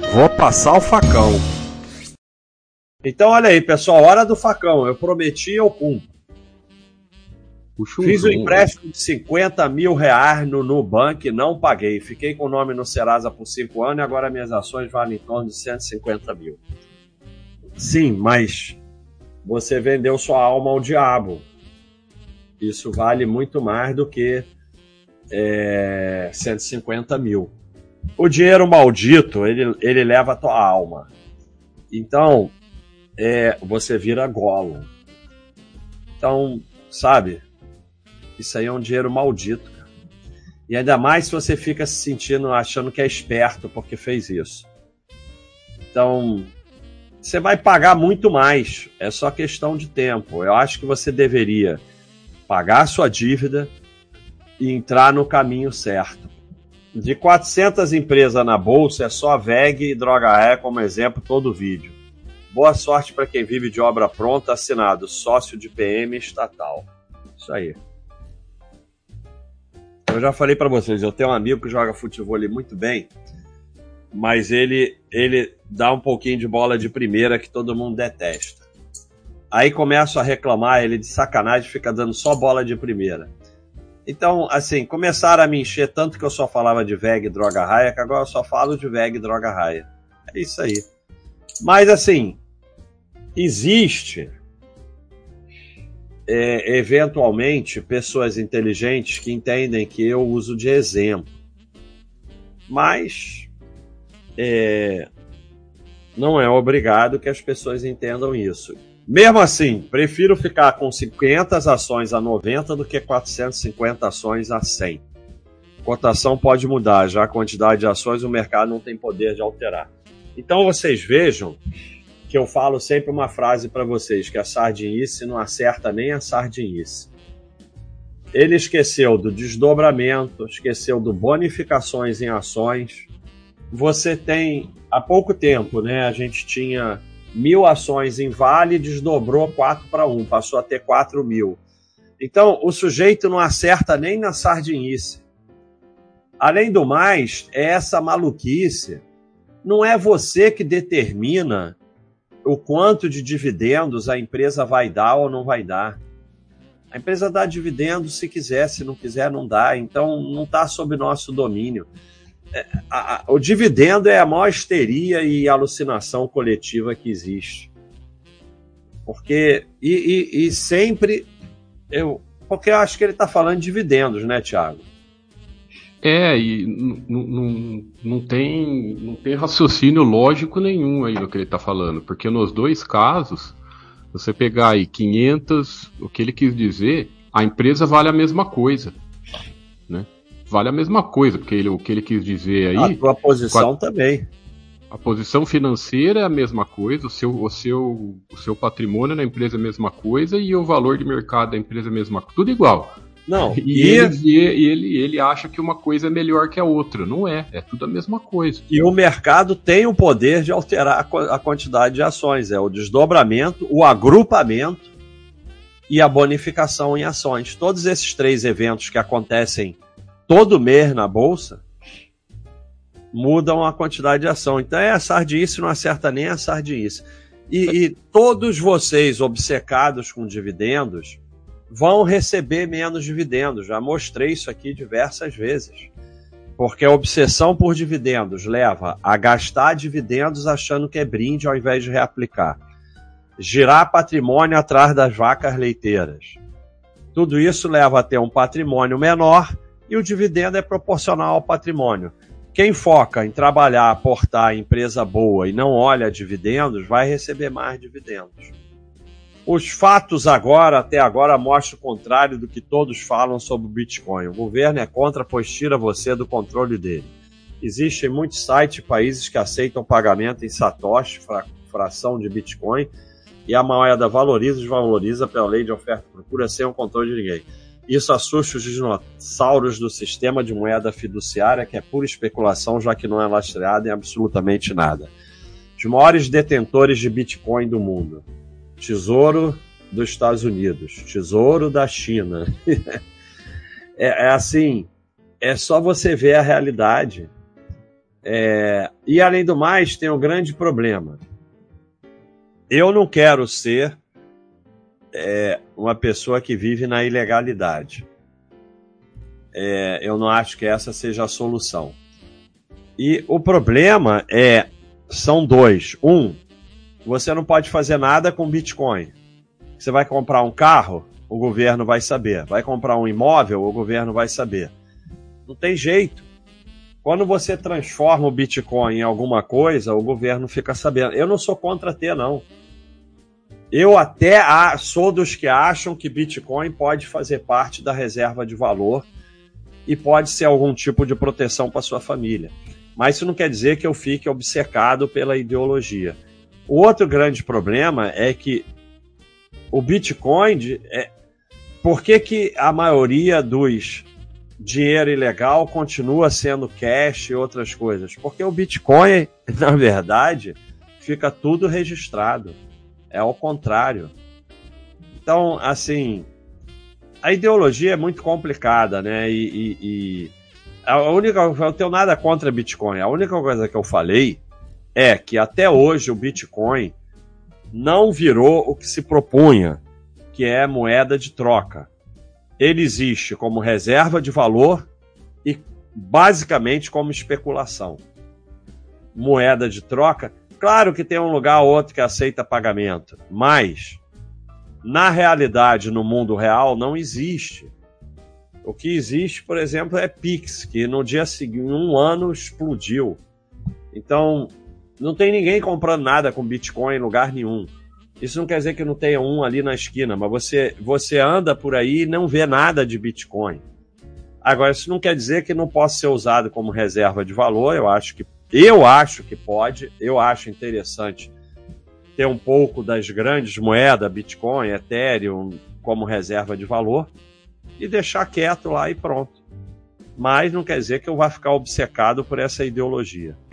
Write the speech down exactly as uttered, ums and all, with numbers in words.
Vou passar o facão. Então, olha aí, pessoal, hora do facão. Eu prometi, eu cumpro. Puxa um Fiz um zoom, empréstimo de cinquenta mil reais no Nubank e não paguei. Fiquei com o nome no Serasa por cinco anos e agora minhas ações valem em torno de cento e cinquenta mil. Sim, mas você vendeu sua alma ao diabo. Isso vale muito mais do que é, cento e cinquenta mil. O dinheiro maldito, ele, ele leva a tua alma. Então, é, você vira Gollum. Então, sabe, isso aí é um dinheiro maldito, cara. E ainda mais se você fica se sentindo, achando que é esperto porque fez isso. Então, você vai pagar muito mais. É só questão de tempo. Eu acho que você deveria pagar a sua dívida e entrar no caminho certo. De quatrocentas empresas na bolsa, é só a V E G e Droga Raia como exemplo todo o vídeo. Boa sorte para quem vive de obra pronta, assinado sócio de P M estatal. Isso aí. Eu já falei para vocês, eu tenho um amigo que joga futebol ali muito bem, mas ele, ele dá um pouquinho de bola de primeira que todo mundo detesta. Aí começo a reclamar, ele de sacanagem fica dando só bola de primeira. Então, assim, começaram a me encher tanto que eu só falava de V E G e Droga Raia, que agora eu só falo de V E G e Droga Raia. É isso aí. Mas, assim, existe, é, eventualmente, pessoas inteligentes que entendem que eu uso de exemplo. Mas, é, não é obrigado que as pessoas entendam isso. Mesmo assim, prefiro ficar com cinquenta ações a noventa do que quatrocentas e cinquenta ações a cem. Cotação pode mudar, já a quantidade de ações o mercado não tem poder de alterar. Então vocês vejam que eu falo sempre uma frase para vocês, que a sardinice não acerta nem a sardinice. Ele esqueceu do desdobramento, esqueceu do bonificações em ações. Você tem, há pouco tempo, né, a gente tinha mil ações em Vale, desdobrou quatro para um, passou a ter quatro mil. Então, o sujeito não acerta nem na sardinice. Além do mais, essa maluquice não é você que determina o quanto de dividendos a empresa vai dar ou não vai dar. A empresa dá dividendos se quiser, se não quiser não dá, então não está sob nosso domínio. É, a, a, o dividendo é a maior histeria e alucinação coletiva que existe. Porque, e, e, e sempre, eu, porque eu acho que ele está falando de dividendos, né, Thiago? É, e não, não, tem, não tem raciocínio lógico nenhum aí no que ele está falando, porque nos dois casos, você pegar aí quinhentas, o que ele quis dizer, a empresa vale a mesma coisa, né? Vale a mesma coisa, porque ele, o que ele quis dizer aí... A tua posição a, também. A posição financeira é a mesma coisa, o seu, o, seu, o seu patrimônio na empresa é a mesma coisa e o valor de mercado da empresa é a mesma coisa, tudo igual. Não, e e ele, e ele, ele acha que uma coisa é melhor que a outra. Não é, é tudo a mesma coisa. E o mercado tem o poder de alterar a quantidade de ações. É o desdobramento, o agrupamento e a bonificação em ações. Todos esses três eventos que acontecem todo mês na Bolsa mudam a quantidade de ação. Então é a sardinice, não acerta nem a sardinice. E, e todos vocês obcecados com dividendos vão receber menos dividendos. Já mostrei isso aqui diversas vezes. Porque a obsessão por dividendos leva a gastar dividendos achando que é brinde ao invés de reaplicar. Girar patrimônio atrás das vacas leiteiras. Tudo isso leva a ter um patrimônio menor e o dividendo é proporcional ao patrimônio. Quem foca em trabalhar, aportar em empresa boa e não olha dividendos, vai receber mais dividendos. Os fatos agora, até agora, mostram o contrário do que todos falam sobre o Bitcoin. O governo é contra, pois tira você do controle dele. Existem muitos sites e países que aceitam pagamento em Satoshi, fra- fração de Bitcoin, e a moeda valoriza e desvaloriza pela lei de oferta e procura sem o controle de ninguém. Isso assusta os dinossauros do sistema de moeda fiduciária, que é pura especulação, já que não é lastreada em absolutamente nada. Os maiores detentores de Bitcoin do mundo. Tesouro dos Estados Unidos, Tesouro da China. é, é assim, é só você ver a realidade. É, e além do mais, tem um grande problema. Eu não quero ser é, uma pessoa que vive na ilegalidade. É, eu não acho que essa seja a solução. E o problema é, são dois. Um, você não pode fazer nada com Bitcoin. Você vai comprar um carro, o governo vai saber. Vai comprar um imóvel, o governo vai saber. Não tem jeito. Quando você transforma o Bitcoin em alguma coisa, o governo fica sabendo. Eu não sou contra ter, não. Eu até sou dos que acham que Bitcoin pode fazer parte da reserva de valor e pode ser algum tipo de proteção para sua família. Mas isso não quer dizer que eu fique obcecado pela ideologia. O outro grande problema é que o Bitcoin... É... Por que que a maioria dos dinheiro ilegal continua sendo cash e outras coisas? Porque o Bitcoin, na verdade, fica tudo registrado. É ao contrário. Então, assim, a ideologia é muito complicada, né? E, e, e a única, eu não tenho nada contra Bitcoin. A única coisa que eu falei é que até hoje o Bitcoin não virou o que se propunha, que é moeda de troca. Ele existe como reserva de valor e basicamente como especulação. Moeda de troca, claro que tem um lugar ou outro que aceita pagamento, mas na realidade, no mundo real, não existe. O que existe, por exemplo, é Pix, que no dia seguinte, em um ano, explodiu. Então, não tem ninguém comprando nada com Bitcoin em lugar nenhum. Isso não quer dizer que não tenha um ali na esquina, mas você, você anda por aí e não vê nada de Bitcoin. Agora, isso não quer dizer que não possa ser usado como reserva de valor. Eu acho que, eu acho que pode. Eu acho interessante ter um pouco das grandes moedas, Bitcoin, Ethereum, como reserva de valor e deixar quieto lá e pronto. Mas não quer dizer que eu vá ficar obcecado por essa ideologia.